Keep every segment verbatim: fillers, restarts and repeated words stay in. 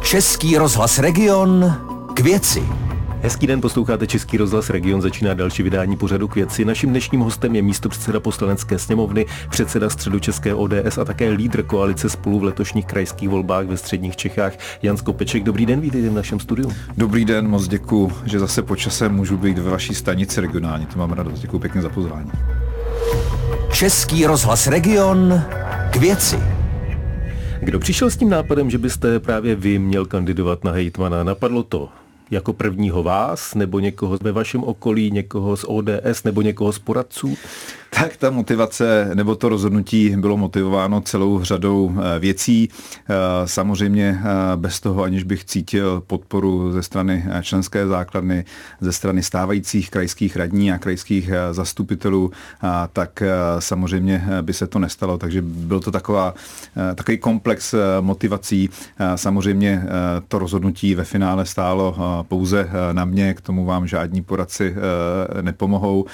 Český rozhlas Region k věci. Hezký den, posloucháte Český rozhlas Region, začíná další vydání pořadu K věci. Naším dnešním hostem je místopředseda Poslanecké sněmovny, předseda Středočeské O D S a také lídr koalice Spolu v letošních krajských volbách ve středních Čechách, Jan Skopeček. Dobrý den, vítejte v našem studiu. Dobrý den, moc děkuju, že zase po čase můžu být ve vaší stanici regionální. To mám radost, děkuju pěkně za pozvání. Český rozhlas Region k věci. Kdo přišel s tím nápadem, že byste právě vy měl kandidovat na hejtmana? Napadlo to jako prvního vás, nebo někoho ve vašem okolí, někoho z O D S, nebo někoho z poradců? Tak ta motivace, nebo to rozhodnutí bylo motivováno celou řadou věcí. Samozřejmě bez toho, aniž bych cítil podporu ze strany členské základny, ze strany stávajících krajských radní a krajských zastupitelů, tak samozřejmě by se to nestalo. Takže byl to taková, takový komplex motivací. Samozřejmě to rozhodnutí ve finále stálo pouze na mě, k tomu vám žádní poradci nepomohou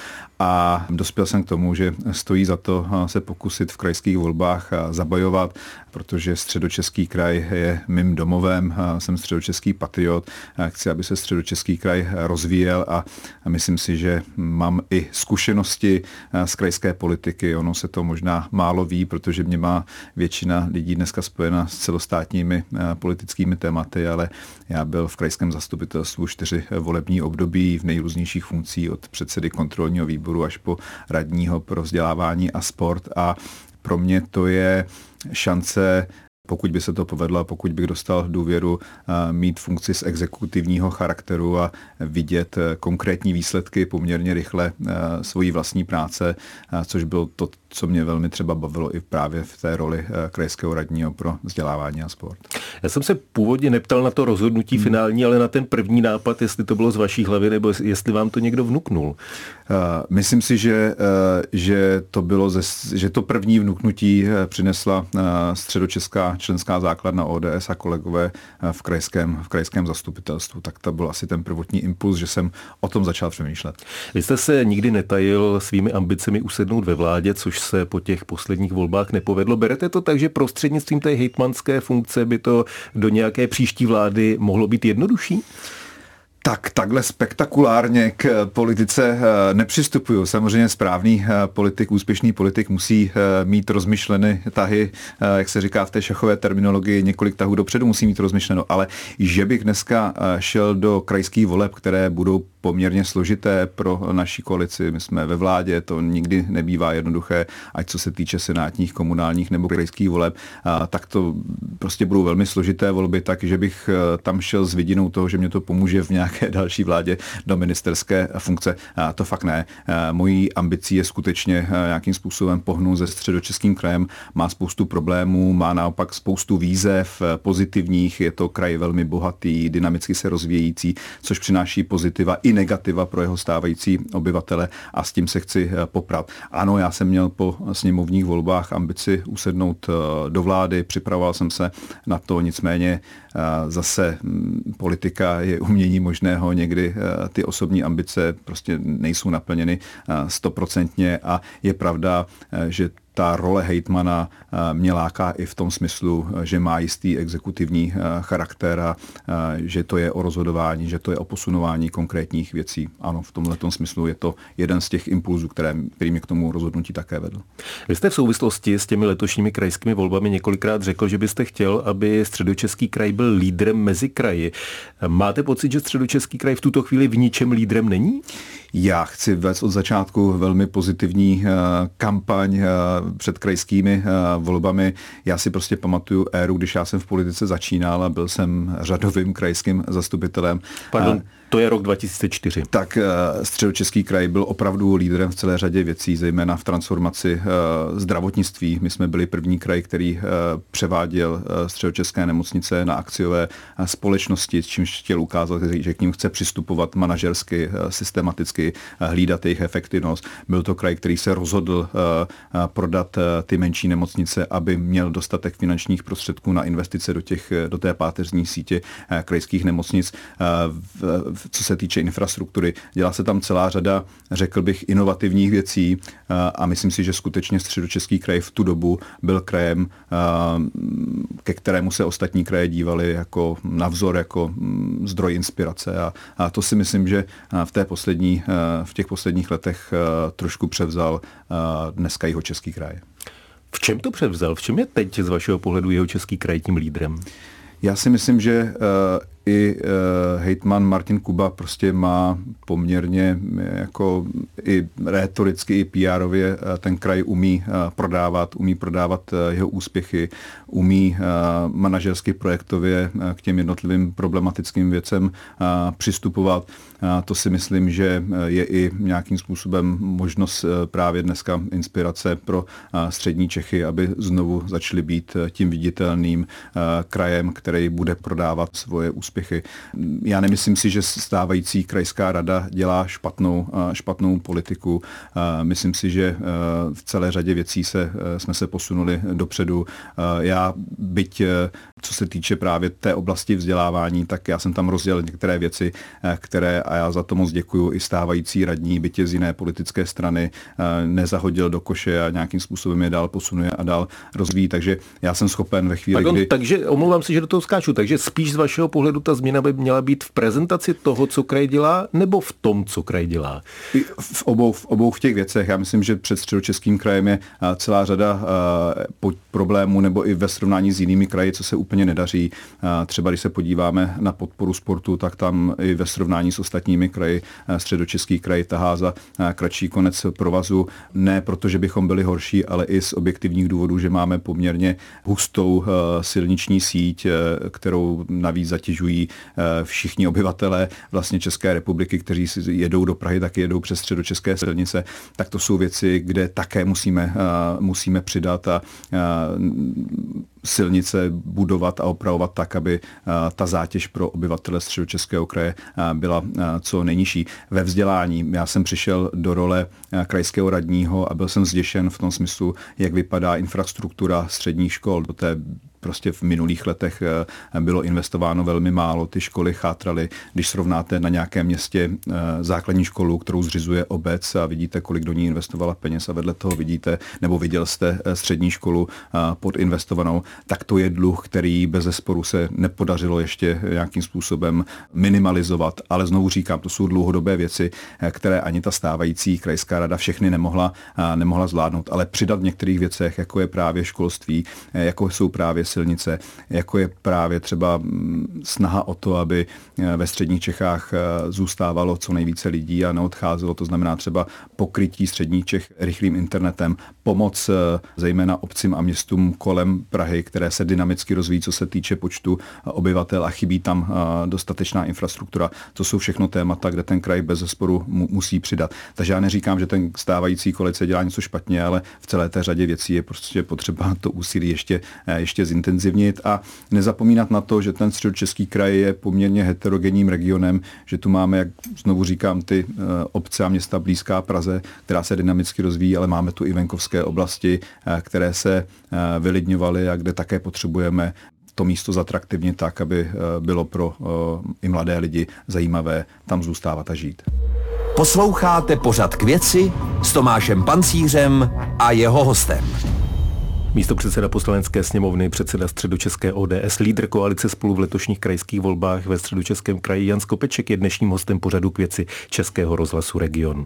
a dospěl jsem k tomu, že stojí za to se pokusit v krajských volbách zabojovat, protože Středočeský kraj je mým domovem, jsem středočeský patriot, chci, aby se Středočeský kraj rozvíjel a myslím si, že mám i zkušenosti z krajské politiky. Ono se to možná málo ví, protože mě má většina lidí dneska spojena s celostátními politickými tématy, ale já byl v krajském zastupitelstvu čtyři volební období v nejrůznějších funkcí od předsedy kontrolního výboru až po radního pro vzdělávání a sport a pro mě to je šance, pokud by se to povedlo, pokud bych dostal důvěru, mít funkci z exekutivního charakteru a vidět konkrétní výsledky poměrně rychle svojí vlastní práce, což bylo to, co mě velmi třeba bavilo i právě v té roli krajského radního pro vzdělávání a sport. Já jsem se původně neptal na to rozhodnutí hmm. finální, ale na ten první nápad, jestli to bylo z vaší hlavy, nebo jestli vám to někdo vnuknul. Myslím si, že, že to bylo, ze, že to první vnuknutí přinesla Středočeská členská základna O D S a kolegové v krajském, v krajském zastupitelstvu. Tak to byl asi ten prvotní impuls, že jsem o tom začal přemýšlet. Vy jste se nikdy netajil svými ambicemi usednout ve vládě, což se po těch posledních volbách nepovedlo. Berete to tak, že prostřednictvím té hejtmanské funkce by to do nějaké příští vlády mohlo být jednodušší? Tak takhle spektakulárně k politice nepřistupuju. Samozřejmě správný politik, úspěšný politik musí mít rozmyšlené tahy, jak se říká v té šachové terminologii, několik tahů dopředu musí mít rozmyšleno, ale že bych dneska šel do krajských voleb, které budou poměrně složité pro naši koalici. My jsme ve vládě, to nikdy nebývá jednoduché, ať co se týče senátních, komunálních nebo krajských voleb, tak to prostě budou velmi složité volby, takže bych tam šel s vidinou toho, že mě to pomůže v nějaké další vládě do ministerské funkce. To fakt ne. Mojí ambicí je skutečně nějakým způsobem pohnout se Středočeským krajem. Má spoustu problémů, má naopak spoustu výzev pozitivních, je to kraj velmi bohatý, dynamicky se rozvíjející, což přináší pozitiva i negativa pro jeho stávající obyvatele a s tím se chci poprat. Ano, já jsem měl po sněmovních volbách ambici usednout do vlády, připravoval jsem se na to, nicméně zase politika je umění možného, někdy ty osobní ambice prostě nejsou naplněny stoprocentně a je pravda, že ta role hejtmana mě láká i v tom smyslu, že má jistý exekutivní charakter a že to je o rozhodování, že to je o posunování konkrétních věcí. Ano, v tomhletom smyslu je to jeden z těch impulzů, které, který mě k tomu rozhodnutí také vedl. Vy jste v souvislosti s těmi letošními krajskými volbami několikrát řekl, že byste chtěl, aby Středočeský kraj byl lídrem mezi kraji. Máte pocit, že Středočeský kraj v tuto chvíli v ničem lídrem není? Já chci vést od začátku velmi pozitivní kampaň před krajskými volbami. Já si prostě pamatuju éru, když já jsem v politice začínal a byl jsem řadovým krajským zastupitelem. Pardon, to je rok dva tisíce čtyři. Tak Středočeský kraj byl opravdu lídrem v celé řadě věcí, zejména v transformaci zdravotnictví. My jsme byli první kraj, který převáděl středočeské nemocnice na akciové společnosti, s čímž chtěl ukázat, že k ním chce přistupovat manažersky, systematicky prostředky, hlídat jejich efektivnost. Byl to kraj, který se rozhodl prodat ty menší nemocnice, aby měl dostatek finančních prostředků na investice do, těch, do té páteřní sítě krajských nemocnic. Co se týče infrastruktury, dělá se tam celá řada, řekl bych, inovativních věcí a myslím si, že skutečně Středočeský kraj v tu dobu byl krajem, ke kterému se ostatní kraje dívali jako na vzor, jako zdroj inspirace a, a to si myslím, že v, té poslední, v těch posledních letech trošku převzal dneska Jihočeský kraj. V čem to převzal? V čem je teď z vašeho pohledu Jihočeský kraj tím lídrem? Já si myslím, že uh, i uh, hejtman Martin Kuba prostě má poměrně jako i rétoricky, i P R ově uh, ten kraj umí uh, prodávat, umí prodávat uh, jeho úspěchy, umí uh, manažersky projektově uh, k těm jednotlivým problematickým věcem uh, přistupovat. Uh, to si myslím, že je i nějakým způsobem možnost uh, právě dneska inspirace pro uh, střední Čechy, aby znovu začaly být uh, tím viditelným uh, krajem, který bude prodávat svoje úspěchy. Já nemyslím si, že stávající krajská rada dělá špatnou, špatnou politiku. Myslím si, že v celé řadě věcí se, jsme se posunuli dopředu. Já byť, co se týče právě té oblasti vzdělávání, tak já jsem tam rozdělil některé věci, které, a já za to moc děkuju, i stávající radní, byť je z jiné politické strany, nezahodil do koše a nějakým způsobem je dál posunuje a dál rozvíjí. Takže já jsem schopen ve chvíli, Pardon, kdy... Takže omlouvám si, že do toho skáču. Takže spíš z vašeho pohledu ta změna by měla být v prezentaci toho, co kraj dělá, nebo v tom, co kraj dělá? V obou, v obou v těch věcech. Já myslím, že před Středočeským krajem je celá řada problémů, nebo i ve srovnání s jinými kraji, co se úplně nedaří. Třeba když se podíváme na podporu sportu, tak tam i ve srovnání s ostatními kraji Středočeský kraj tahá za kratší konec provazu. Ne proto, že bychom byli horší, ale i z objektivních důvodů, že máme poměrně hustou silniční síť, kterou navíc zatěžují všichni obyvatelé vlastně České republiky, kteří si jedou do Prahy, tak jedou přes středočeské silnice. Tak to jsou věci, kde také musíme, musíme přidat a silnice budovat a opravovat tak, aby ta zátěž pro obyvatele Středočeského kraje byla co nejnižší. Ve vzdělání já jsem přišel do role krajského radního a byl jsem zděšen v tom smyslu, jak vypadá infrastruktura středních škol. Do té prostě v minulých letech bylo investováno velmi málo, ty školy chátraly. Když srovnáte na nějakém městě základní školu, kterou zřizuje obec a vidíte, kolik do ní investovala peněz a vedle toho vidíte, nebo viděl jste střední školu podinvestovanou, tak to je dluh, který bezesporu se nepodařilo ještě nějakým způsobem minimalizovat. Ale znovu říkám, to jsou dlouhodobé věci, které ani ta stávající krajská rada všechny nemohla, nemohla zvládnout. Ale přidat v některých věcech, jako je právě školství, jako jsou právě silnice, jako je právě třeba snaha o to, aby ve středních Čechách zůstávalo co nejvíce lidí a neodcházelo. To znamená třeba pokrytí středních Čech rychlým internetem, pomoc zejména obcím a městům kolem Prahy, které se dynamicky rozvíjí, co se týče počtu obyvatel a chybí tam dostatečná infrastruktura. To jsou všechno témata, kde ten kraj bezesporu mu, musí přidat. Takže já neříkám, že ten stávající koalice dělá něco špatně, ale v celé té řadě věcí je prostě potřeba to úsilí ještě, ještě zintenzivnit a nezapomínat na to, že ten Středočeský kraj je poměrně heterogenním regionem, že tu máme, jak znovu říkám, ty obce a města blízká Praze, která se dynamicky rozvíjí, ale máme tu i venkovské oblasti, které se vylidňovaly a kde také potřebujeme to místo zatraktivnit tak, aby bylo pro i mladé lidi zajímavé tam zůstávat a žít. Posloucháte pořad K věci s Tomášem Pancířem a jeho hostem. Místopředseda Poslanecké sněmovny, předseda Středočeské O D S, lídr koalice Spolu v letošních krajských volbách ve Středočeském kraji Jan Skopeček je dnešním hostem pořadu K věci Českého rozhlasu Region.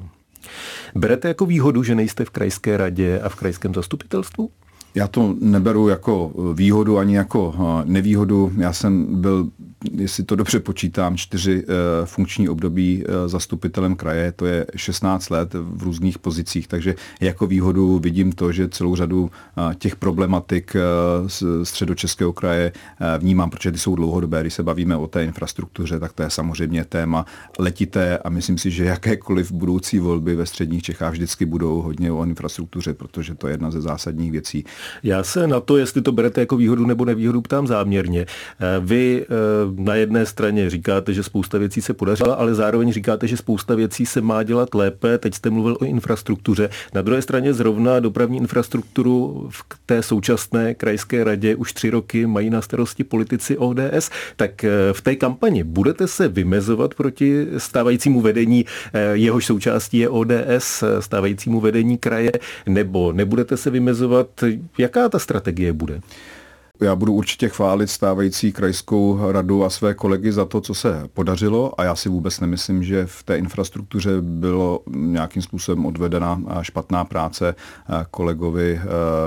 Berete jako výhodu, že nejste v krajské radě a v krajském zastupitelstvu? Já to neberu jako výhodu ani jako nevýhodu. Já jsem byl, jestli to dobře počítám, čtyři funkční období zastupitelem kraje, to je šestnáct let v různých pozicích, takže jako výhodu vidím to, že celou řadu těch problematik z Středočeského kraje vnímám, protože ty jsou dlouhodobé. Když se bavíme o té infrastruktuře, tak to je samozřejmě téma letité a myslím si, že jakékoliv budoucí volby ve středních Čechách vždycky budou hodně o infrastruktuře, protože to je jedna ze zásadních věcí. Já se na to, jestli to berete jako výhodu nebo nevýhodu, ptám záměrně. Vy na jedné straně říkáte, že spousta věcí se podařila, ale zároveň říkáte, že spousta věcí se má dělat lépe. Teď jste mluvil o infrastruktuře. Na druhé straně zrovna dopravní infrastrukturu v té současné krajské radě už tři roky mají na starosti politici O D S. Tak v té kampani budete se vymezovat proti stávajícímu vedení, jehož součástí je O D S, stávajícímu vedení kraje, nebo nebudete se vymezovat? Jaká ta strategie bude? Já budu určitě chválit stávající krajskou radu a své kolegy za to, co se podařilo, a já si vůbec nemyslím, že v té infrastruktuře bylo nějakým způsobem odvedena špatná práce. Kolegovi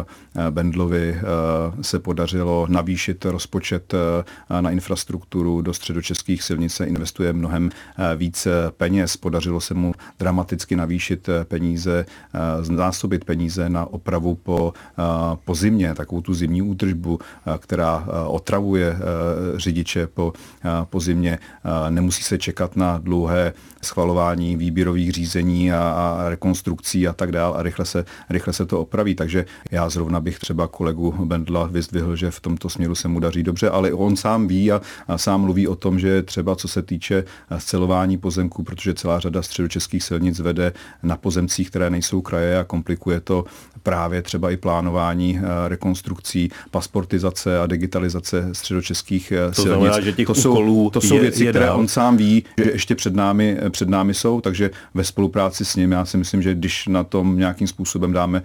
Bendlovi se podařilo navýšit rozpočet na infrastrukturu, do středočeských silnic se investuje mnohem víc peněz. Podařilo se mu dramaticky navýšit peníze, znásobit peníze na opravu po, po zimě, takovou tu zimní údržbu, která otravuje řidiče po, po zimě. Nemusí se čekat na dlouhé schvalování výběrových řízení a, a rekonstrukcí a tak dál a rychle se, rychle se to opraví. Takže já zrovna bych třeba kolegu Bendla vyzdvihl, že v tomto směru se mu daří dobře, ale on sám ví a, a sám mluví o tom, že třeba co se týče scelování pozemků, protože celá řada středočeských silnic vede na pozemcích, které nejsou kraje, a komplikuje to právě třeba i plánování rekonstrukcí, pasportizace a digitalizace středočeských to silnic. Znamená, že těch to jsou, to jsou je, věci, je které dál. On sám ví, že ještě před námi, před námi jsou, takže ve spolupráci s ním já si myslím, že když na tom nějakým způsobem dáme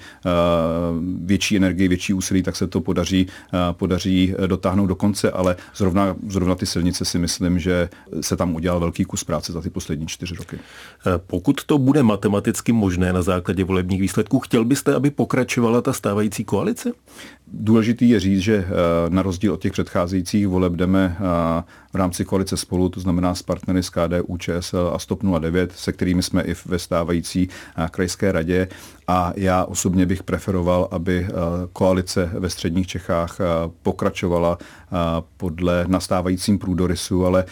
větší energii, větší úsilí, tak se to podaří, podaří dotáhnout do konce, ale zrovna, zrovna ty silnice si myslím, že se tam udělal velký kus práce za ty poslední čtyři roky. Pokud to bude matematicky možné na základě volebních výsledků, chtěl byste, aby pokračovala ta stávající koalice? Důležitý je říct, že na rozdíl od těch předcházejících voleb jdeme v rámci koalice Spolu, to znamená s partnery z K D U Č S L a Stop nula devět, se kterými jsme i ve stávající krajské radě. A já osobně bych preferoval, aby koalice ve středních Čechách pokračovala podle nastávajícím průdorysu, ale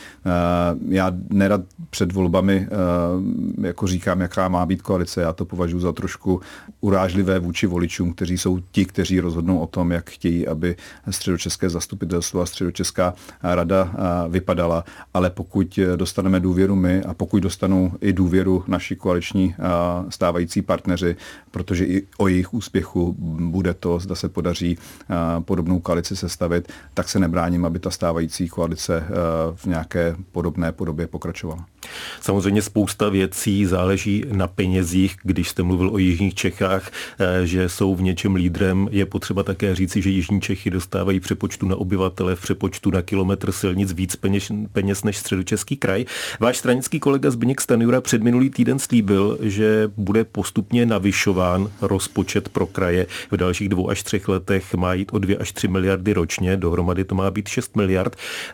já nerad před volbami jako říkám, jaká má být koalice. Já to považuji za trošku urážlivé vůči voličům, kteří jsou ti, kteří rozhodnou o tom, jak chtějí, aby středočeské zastupitelstvo a středočeská rada vypadala. Ale pokud dostaneme důvěru my a pokud dostanou i důvěru naši koaliční stávající partneři, protože i o jejich úspěchu bude to, zda se podaří podobnou koalici sestavit, tak se nebráním, aby ta stávající koalice v nějaké podobné podobě pokračovala. Samozřejmě spousta věcí záleží na penězích. Když jste mluvil o jižních Čechách, že jsou v něčem lídrem, je potřeba také říci, že jižní Čechy dostávají v přepočtu na obyvatele, v přepočtu na kilometr silnic víc peněz, peněz než Středočeský kraj. Váš stranický kolega Zbyněk Stanjura před minulý týden slíbil, že bude postupně navyšován rozpočet pro kraje. V dalších dvou až třech letech má jít o dvě až tři miliardy ročně, dohromady to má být šest miliard.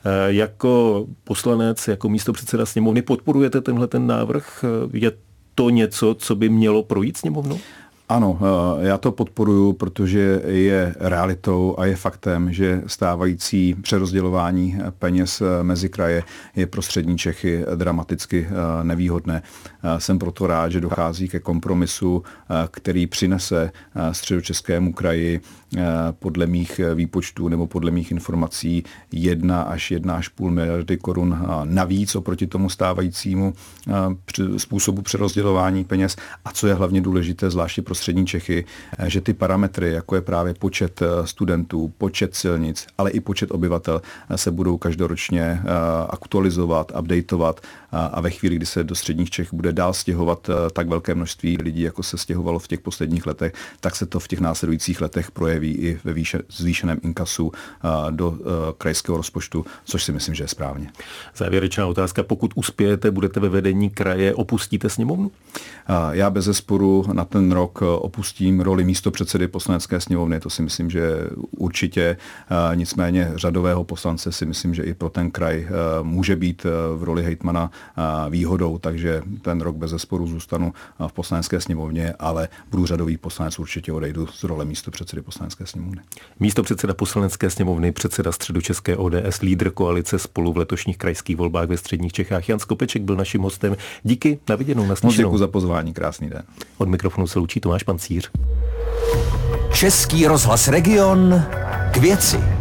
Jako poslanec, jako místopředseda sněmovny podporujete tenhle ten návrh? Je to něco, co by mělo projít sněmovnou? Ano, já to podporuji, protože je realitou a je faktem, že stávající přerozdělování peněz mezi kraje je pro střední Čechy dramaticky nevýhodné. Jsem proto rád, že dochází ke kompromisu, který přinese středočeskému kraji podle mých výpočtů nebo podle mých informací jedna až jedna až půl miliardy korun navíc oproti tomu stávajícímu způsobu přerozdělování peněz. A co je hlavně důležité, zvláště pro střední Čechy, že ty parametry, jako je právě počet studentů, počet silnic, ale i počet obyvatel, se budou každoročně aktualizovat, updateovat a ve chvíli, kdy se do středních Čech bude dál stěhovat tak velké množství lidí, jako se stěhovalo v těch posledních letech, tak se to v těch následujících letech projeví i ve výše, zvýšeném inkasu do krajského rozpočtu, což si myslím, že je správně. Závěrečná otázka. Pokud uspějete, budete ve vedení kraje, opustíte sněmovnu? Já bezesporu na ten rok opustím roli místopředsedy poslanecké sněmovny, to si myslím, že určitě, nicméně řadového poslance si myslím, že i pro ten kraj může být v roli hejtmana výhodou, takže ten rok bezesporu zůstanu v poslanecké sněmovně, ale budu řadový poslanec, určitě odejdu z role místopředsedy poslanecké sněmovny. Místopředseda poslanecké sněmovny, předseda středočeské O D S, lídr koalice Spolu v letošních krajských volbách ve středních Čechách. Jan Skopeček byl naším hostem. Díky, na viděnou, naslyšenou. Děkuji za pozvání, krásný den. Od mikrofonu se loučí Tomáš Pancíř. Český rozhlas Region k věci.